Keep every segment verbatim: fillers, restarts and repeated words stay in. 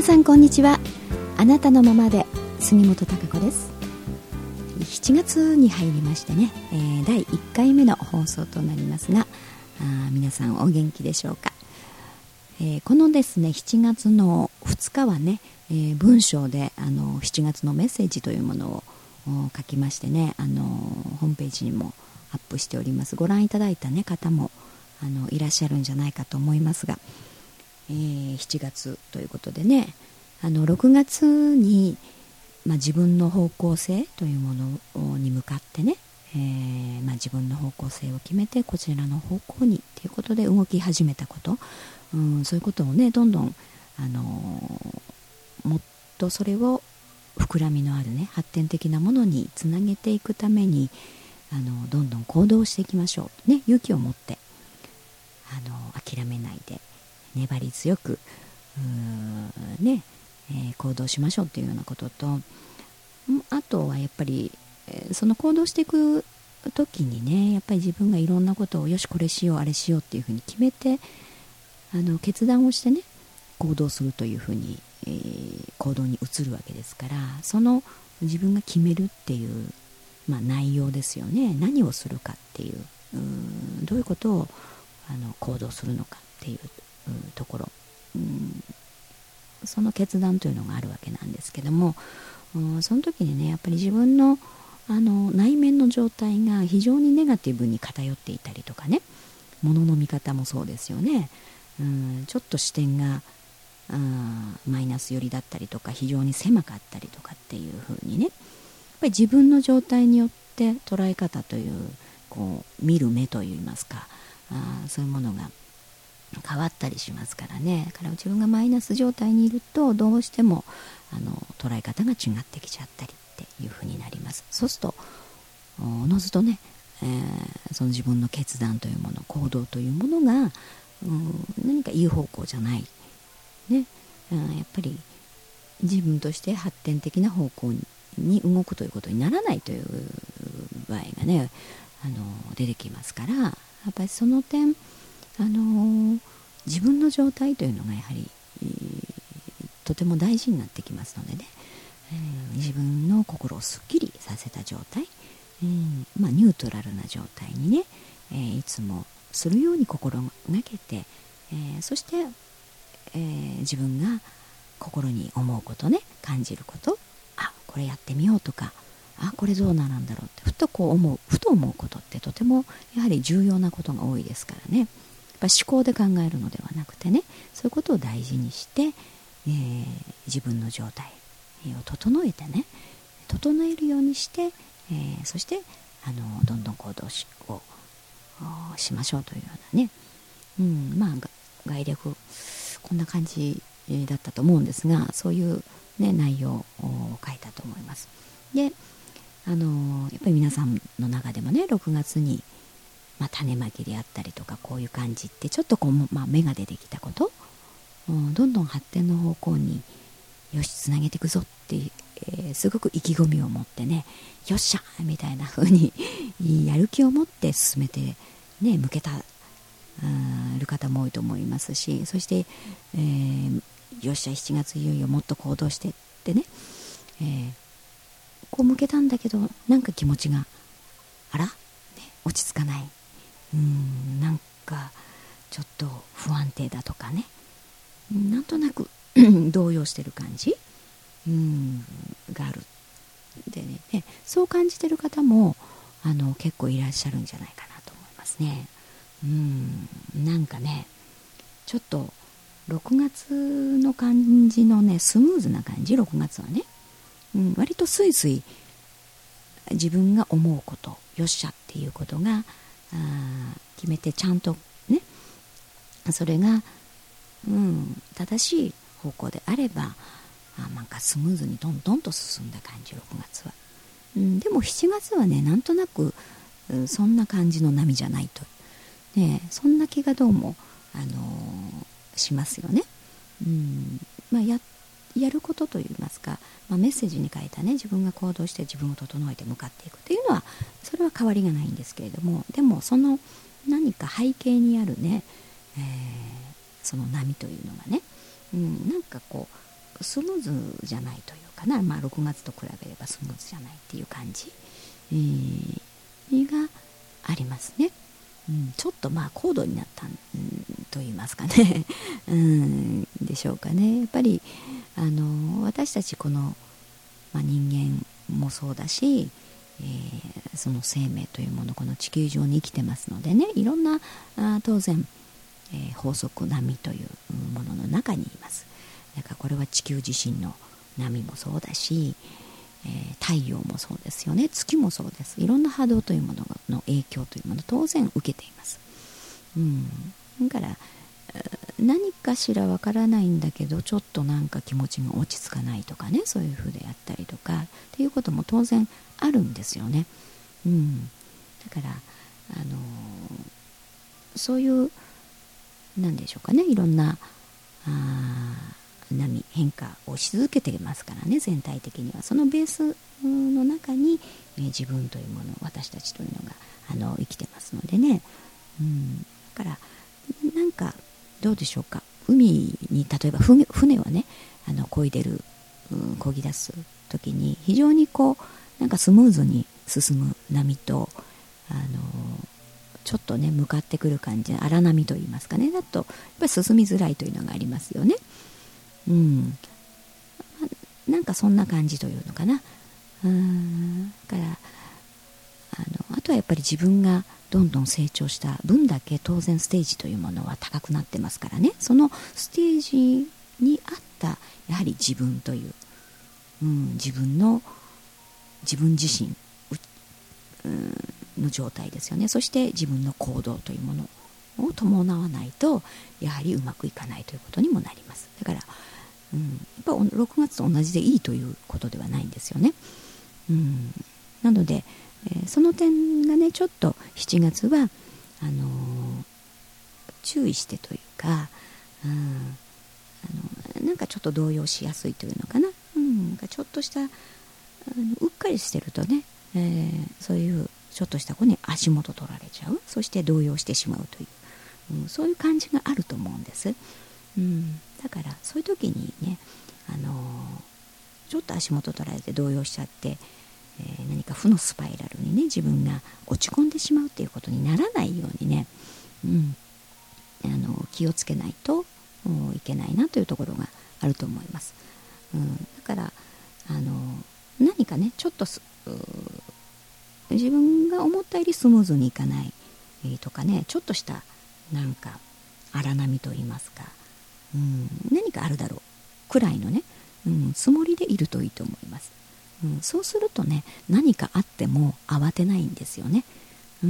皆さんこんにちは。あなたのままで杉本孝子です。しちがつに入りましてね、えー、だいいっかいめの放送となりますが、あ皆さんお元気でしょうか。えー、このですねしちがつのふつかはね、えー、文章であのしちがつのメッセージというものを書きましてね、あのホームページにもアップしております。ご覧いただいた、ね、方もあのいらっしゃるんじゃないかと思いますが、えー、しちがつということでね、あのろくがつに、まあ、自分の方向性というものに向かってね、えーまあ、自分の方向性を決めてこちらの方向にということで動き始めたこと、うん、そういうことをねどんどん、あのー、もっとそれを膨らみのあるね発展的なものにつなげていくために、あのどんどん行動していきましょう、ね、勇気を持って、あの諦めないで粘り強くうー、ねえー、行動しましょうというようなことと、あとはやっぱり、えー、その行動していく時にね、やっぱり自分がいろんなことをよしこれしようあれしようっていうふうに決めて、あの決断をしてね行動するというふうに、えー、行動に移るわけですから、その自分が決めるっていう、まあ、内容ですよね。何をするかっていう、うーんどういうことをあの行動するのかっていう、うところ、うんその決断というのがあるわけなんですけども、その時にねやっぱり自分の、あの内面の状態が非常にネガティブに偏っていたりとかね、物の見方もそうですよね。うんちょっと視点があマイナス寄りだったりとか非常に狭かったりとかっていう風にね、やっぱり自分の状態によって捉え方という、こう見る目といいますか、あそういうものが変わったりしますからね。だから自分がマイナス状態にいるとどうしてもあの捉え方が違ってきちゃったりっていう風になります。そうするとおのずとね、えー、その自分の決断というもの、行動というものが、うん、何かいい方向じゃない、ねうん、やっぱり自分として発展的な方向に、に動くということにならないという場合がね、あの出てきますから、やっぱりその点、あの自分の状態というのがやはり、えー、とても大事になってきますのでね、えー、自分の心をすっきりさせた状態、えーまあ、ニュートラルな状態にね、えー、いつもするように心がけて、えー、そして、えー、自分が心に思うことね、感じること、あこれやってみようとか、あこれどうなんだろうってふとこう思うふと思うことってとてもやはり重要なことが多いですからね。やっぱ思考で考えるのではなくてね、そういうことを大事にして、えー、自分の状態を整えてね、整えるようにして、えー、そしてあのどんどん行動しをしましょうというようなね、うん、まあ概略こんな感じだったと思うんですが、そういう、ね、内容を書いたと思います。で、あのやっぱり皆さんの中でもねろくがつに、まあ、種まきであったりとかこういう感じってちょっとこう、まあ、芽が出てきたこと、うん、どんどん発展の方向によしつなげていくぞって、えー、すごく意気込みを持ってね、よっしゃみたいな風にやる気を持って進めて、ね、向けたる方も多いと思いますし、そして、えー、よっしゃしちがついよいよもっと行動してってね、えー、こう向けたんだけどなんか気持ちがあら、ね、落ち着かない、うーんなんかちょっと不安定だとかね、なんとなく動揺してる感じ、うーんがあるで ね, ねそう感じてる方もあの結構いらっしゃるんじゃないかなと思いますね。うーんなんかねちょっとろくがつの感じのねスムーズな感じ、ろくがつはね、うん、割とスイスイ自分が思うことよっしゃっていうことがあ決めてちゃんとねそれが、うん、正しい方向であればあなんかスムーズにどんどんと進んだ感じろくがつは、うん、でもしちがつはねなんとなくそんな感じの波じゃないと、ね、そんな気がどうも、あのー、しますよね。うんまあ、や, やることといいますか、まあ、メッセージに書いたね自分が行動して自分を整えて向かっていくというのはそれは変わりがないんですけれども、でもその何か背景にあるね、えー、その波というのがね、うん、なんかこうスムーズじゃないというかな、まあ、ろくがつと比べればスムーズじゃないっていう感じ、えー、がありますね。うん、ちょっとまあ高度になった、うん、と言いますかね、うん、でしょうかね。やっぱりあの私たちこの、まあ、人間もそうだし、えー、その生命というものこの地球上に生きてますのでね、いろんなあ当然、えー、法則波というものの中にいます。だからこれは地球自身の波もそうだし、えー、太陽もそうですよね、月もそうです。いろんな波動というものの影響というものを当然受けています。うん、だから何かしらわからないんだけどちょっとなんか気持ちが落ち着かないとかね、そういう風であったりとかっていうことも当然あるんですよね。うん、だからあのー、そういうなんでしょうかね、いろんなあ波変化をし続けていますからね、全体的にはそのベースの中に、えー、自分というもの、私たちというのがあの生きてますのでね、うん、だからなんかどうでしょうか、海に例えば船、船をねあの漕いでる、うん、漕ぎ出す時に非常にこうなんかスムーズに進む波と、あのちょっとね向かってくる感じ、荒波といいますかね、だとやっぱり進みづらいというのがありますよね。うん、まあ、なんかそんな感じというのかな。うん、だからあのあとはやっぱり自分がどんどん成長した分だけ当然ステージというものは高くなってますからね、そのステージに合ったやはり自分という、うん、自分の自分自身、うん、の状態ですよね。そして自分の行動というものを伴わないとやはりうまくいかないということにもなります。だから、うん、やっぱろくがつと同じでいいということではないんですよね。うん、なので、えー、その点がねちょっとしちがつはあのー、注意してというか、うん、あのなんかちょっと動揺しやすいというのかな、うん、ちょっとしたあのうっかりしてるとね、えー、そういうちょっとした子に足元取られちゃう、そして動揺してしまうという、うん、そういう感じがあると思うんです。うん、だからそういう時にね、あのー、ちょっと足元取られて動揺しちゃって、えー、何か負のスパイラルにね自分が落ち込んでしまうということにならないようにね、うん、あの気をつけないといけないなというところがあると思います。うん、だからあの何かねちょっと自分が思ったよりスムーズにいかない、えー、とかね、ちょっとしたなんか荒波といいますか、うん、何かあるだろうくらいのね、うん、つもりでいるといいと思います。うん、そうするとね何かあっても慌てないんですよね。うん、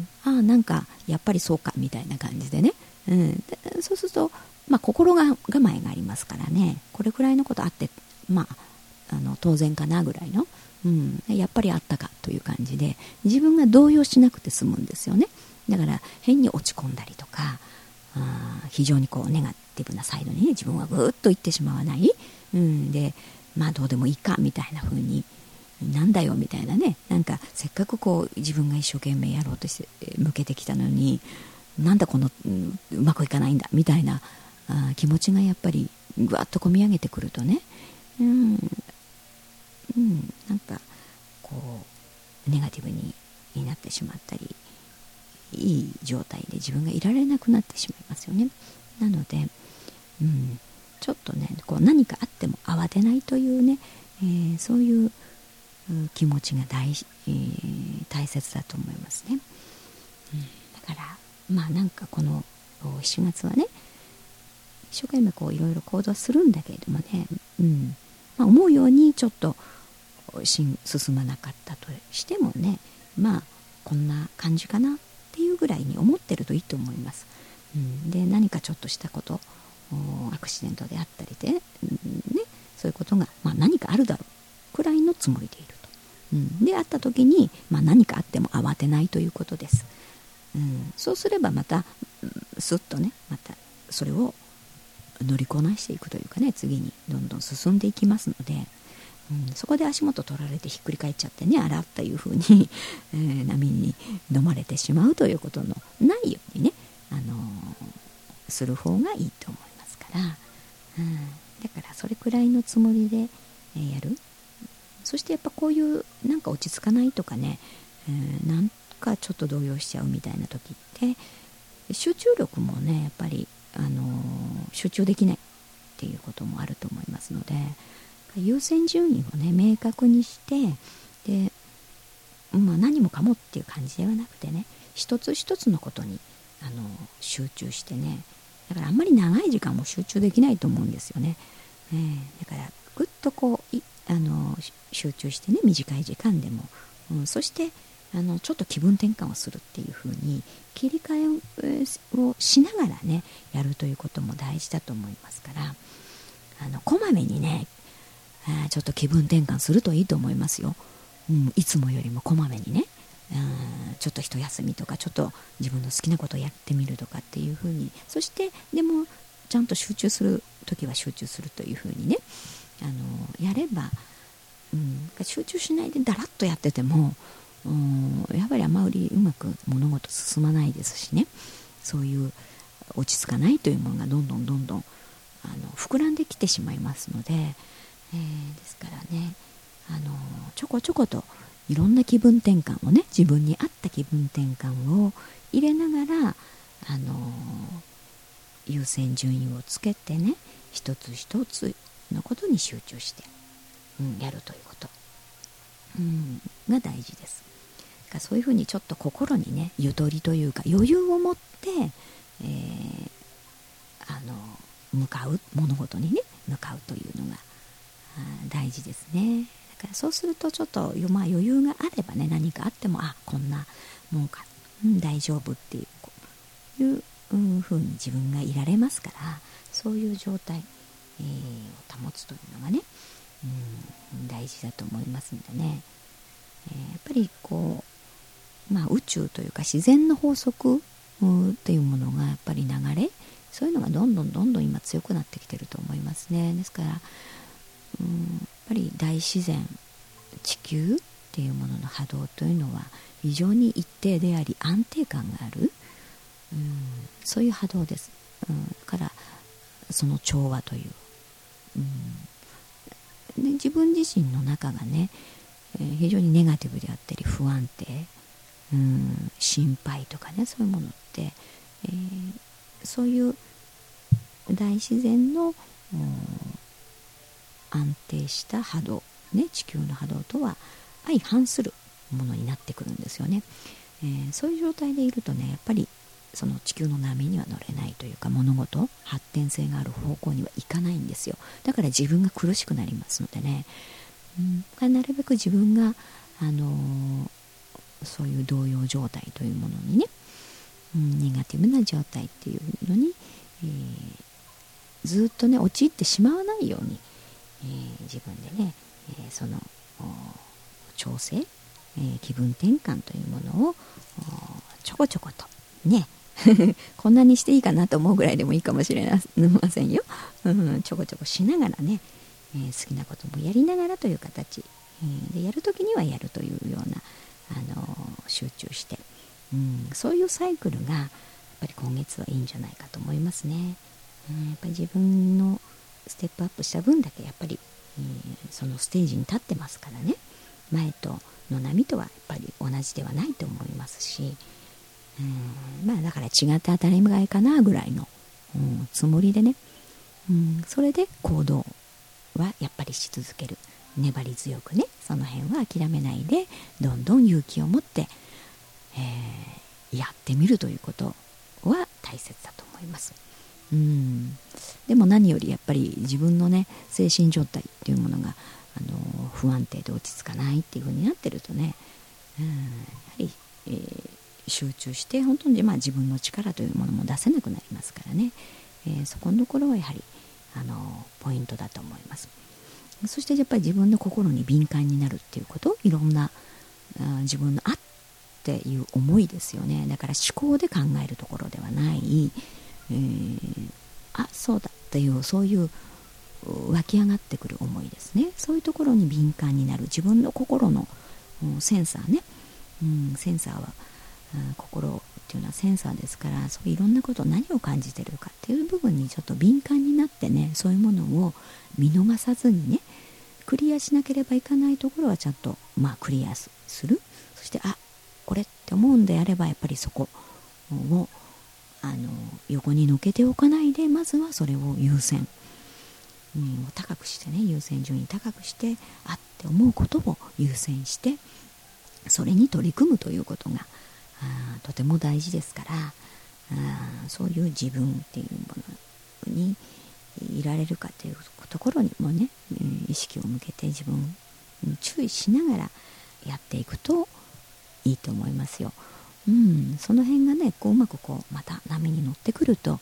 ああなんかやっぱりそうかみたいな感じでね、うん、でそうすると、まあ、心が構えがありますからね、これくらいのことあってまああの当然かなぐらいの、うん、やっぱりあったかという感じで自分が動揺しなくて済むんですよね。だから変に落ち込んだりとか、あ非常にこうネガティブなサイドに、ね、自分はぐーっといってしまわない、うん、でまあどうでもいいかみたいな風になんだよみたいなね、なんかせっかくこう自分が一生懸命やろうとして向けてきたのになんだこの、うん、うまくいかないんだみたいなあ気持ちがやっぱりぐわっとこみ上げてくるとね、うんうん、なんかこうネガティブになってしまったりいい状態で自分がいられなくなってしまいますよね。なので、うん、ちょっとねこう何かあっても慌てないというね、えー、そういう気持ちが 大,、えー、大切だと思いますね。うん、だからまあなんかこのしがつはね一生懸命こういろいろ行動するんだけれどもね、うんまあ、思うようにちょっと進まなかったとしてもね、まあこんな感じかなっていうぐらいに思ってるといいと思います。うん、で何かちょっとしたことアクシデントであったりで、うんね、そういうことが、まあ、何かあるだろうくらいのつもりでいると、うん、であった時に、まあ、何かあっても慌てないということです。うん、そうすればまたスッとねまたそれを乗りこなしていくというかね、次にどんどん進んでいきますので、うん、そこで足元取られてひっくり返っちゃってね、あらっていう風に、えー、波に飲まれてしまうということのないようにね、あのー、する方がいいと思いますから、うん、だからそれくらいのつもりで、えー、やる。そしてやっぱこういうなんか落ち着かないとかね、えー、なんかちょっと動揺しちゃうみたいな時って集中力もねやっぱり、あのー、集中できないっていうこともあると思いますので、優先順位をね明確にして、で、まあ、何もかもっていう感じではなくてね、一つ一つのことにあの集中してね、だからあんまり長い時間も集中できないと思うんですよね。えー、だからぐっとこういあの集中してね、短い時間でも、うん、そしてあのちょっと気分転換をするっていう風に切り替えをしながらねやるということも大事だと思いますから、あのこまめにねあちょっと気分転換するといいと思いますよ。うん、いつもよりもこまめにね、うんちょっと一休みとかちょっと自分の好きなことをやってみるとかっていう風に、そしてでもちゃんと集中するときは集中するという風にね、あのやれば、うん、集中しないでだらっとやってても、うん、やっぱりあまりうまく物事進まないですしね、そういう落ち着かないというものがどんどんどんどんあの膨らんできてしまいますので、えー、ですからね、あのちょこちょこといろんな気分転換をね、自分に合った気分転換を入れながら、あの優先順位をつけてね、一つ一つのことに集中して、うん、やるということ、うん、が大事です。だからそういうふうにちょっと心にねゆとりというか余裕を持って、えー、あの向かう物事にね向かうというのが大事ですね。だからそうするとちょっと、まあ、余裕があればね、何かあってもあこんなもんか、うん、大丈夫っていうこういう、うん、風に自分がいられますから、そういう状態、えー、を保つというのがね、うん、大事だと思いますんでね、えー、やっぱりこう、まあ、宇宙というか自然の法則というものがやっぱり流れ、そういうのがどんどんどんどん今強くなってきてると思いますね。ですから、うん、やっぱり大自然、地球っていうものの波動というのは非常に一定であり安定感がある、うん、そういう波動です。うん、だからその調和という、うん、で自分自身の中がね、えー、非常にネガティブであったり不安定、うん、心配とかね、そういうものって、えー、そういう大自然の、うん、安定した波動、ね、地球の波動とは相反するものになってくるんですよね。えー、そういう状態でいるとね、やっぱりその地球の波には乗れないというか、物事発展性がある方向にはいかないんですよ。だから自分が苦しくなりますのでね、うん、なるべく自分が、あのー、そういう動揺状態というものにね、うん、ネガティブな状態っていうのに、えー、ずっとね陥ってしまわないように、えー、自分でね、えー、その調整、えー、気分転換というものをちょこちょことねこんなにしていいかなと思うぐらいでもいいかもしれませんよ、うん、ちょこちょこしながらね、えー、好きなこともやりながらという形、えー、でやるときにはやるというような、あのー、集中して、うん、そういうサイクルがやっぱり今月はいいんじゃないかと思いますね。うん、やっぱり自分のステップアップした分だけやっぱり、えー、そのステージに立ってますからね、前との波とはやっぱり同じではないと思いますし、うん、まあだから違って当たり前かなぐらいの、うん、つもりでね、うん、それで行動はやっぱりし続ける、粘り強くね、その辺は諦めないでどんどん勇気を持って、えー、やってみるということは大切だと思います。うん、でも何よりやっぱり自分のね精神状態っていうものが、あの不安定で落ち着かないっていう風になってるとね、うん、やはり、えー、集中して本当に、まあ、自分の力というものも出せなくなりますからね、えー、そこのところはやはり、あのポイントだと思います。そしてやっぱり自分の心に敏感になるっていうこと、いろんなあ自分のあっていう思いですよね。だから思考で考えるところではない、えー、あそうだっていうそういう湧き上がってくる思いですね。そういうところに敏感になる、自分の心の、うん、センサーね、うん、センサーは、うん、心っていうのはセンサーですから、そういろんなこと何を感じてるかっていう部分にちょっと敏感になってね、そういうものを見逃さずにね、クリアしなければいけないところはちゃんと、まあ、クリアする。そしてあこれって思うんであればやっぱりそこをあの横にのけておかないで、まずはそれを優先、うん、高くしてね、優先順位高くしてあって思うことを優先してそれに取り組むということがあとても大事ですから、あそういう自分っていうものにいられるかというところにもね、意識を向けて自分に注意しながらやっていくといいと思いますよ。うん、その辺がねこううまくこうまた波に乗ってくると、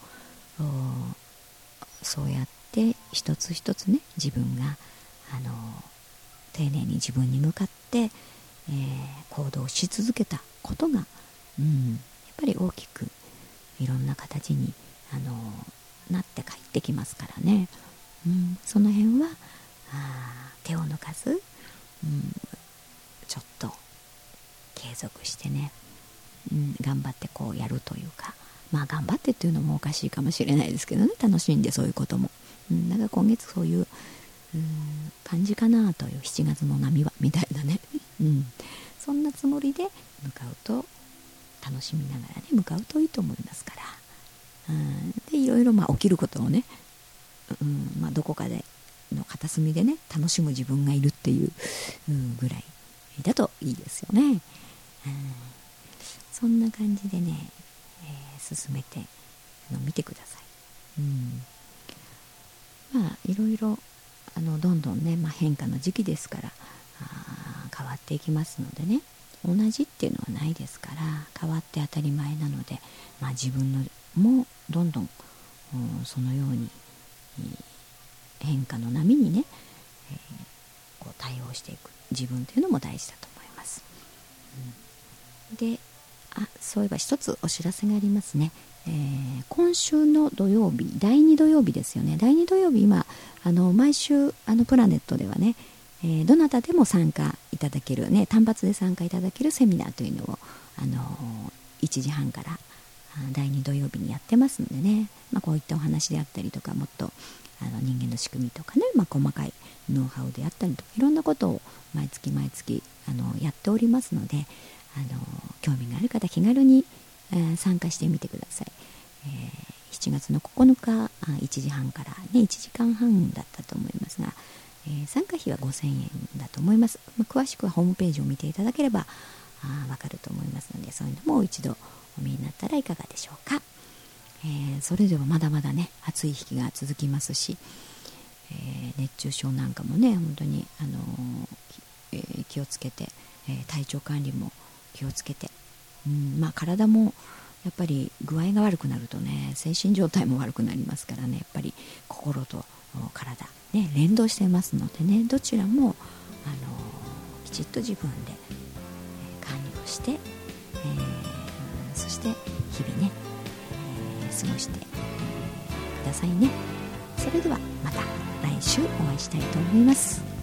そうやって一つ一つね自分があの丁寧に自分に向かって、えー、行動し続けたことが、うん、やっぱり大きくいろんな形にあのなって帰ってきますからね、うん、その辺はあ手を抜かず、うん、ちょっと継続してね、うん、頑張ってこうやるというか、まあ頑張ってっていうのもおかしいかもしれないですけどね、楽しんでそういうことも、うん、だから今月そういう、うん、感じかなというしちがつの波はみたいなね、うん、そんなつもりで向かうと楽しみながらね向かうといいと思いますから、うん、でいろいろまあ起きることをね、うんまあ、どこかでの片隅でね楽しむ自分がいるっていう、うん、ぐらいだといいですよね、うん、そんな感じでね、えー、進めてあの見てください、うん、まあいろいろあのどんどんね、まあ、変化の時期ですからあ変わっていきますのでね、同じっていうのはないですから変わって当たり前なので、まあ、自分のもどんどん、うん、そのように変化の波にね、えー、こう対応していく自分というのも大事だと思います、うん、であそういえば一つお知らせがありますね、えー、今週の土曜日だいに土曜日ですよね。だいに土曜日今あの毎週あのプラネットではね、えー、どなたでも参加いただける、ね、単発で参加いただけるセミナーというのを、あのー、いちじはんからだいに土曜日にやってますのでね、まあ、こういったお話であったりとかもっとあの人間の仕組みとかね、まあ、細かいノウハウであったりとかいろんなことを毎月毎月あのやっておりますので、あの興味がある方気軽に、えー、参加してみてください、えー、しちがつのここのかあいちじはんから、ね、いちじかんはんだったと思いますが、えー、参加費はごせんえんだと思います、まあ、詳しくはホームページを見ていただければあわかると思いますので、そういうのも一度お見になったらいかがでしょうか。えー、それではまだまだね暑い日が続きますし、えー、熱中症なんかもね本当に、あのーえー、気をつけて、えー、体調管理も気をつけて、うんまあ、体もやっぱり具合が悪くなるとね精神状態も悪くなりますからね、やっぱり心と体、ね、連動していますのでね、どちらも、あのー、きちっと自分で、えー、管理をして、えー、そして日々ね過ごして、えー、くださいね。それではまた来週お会いしたいと思います。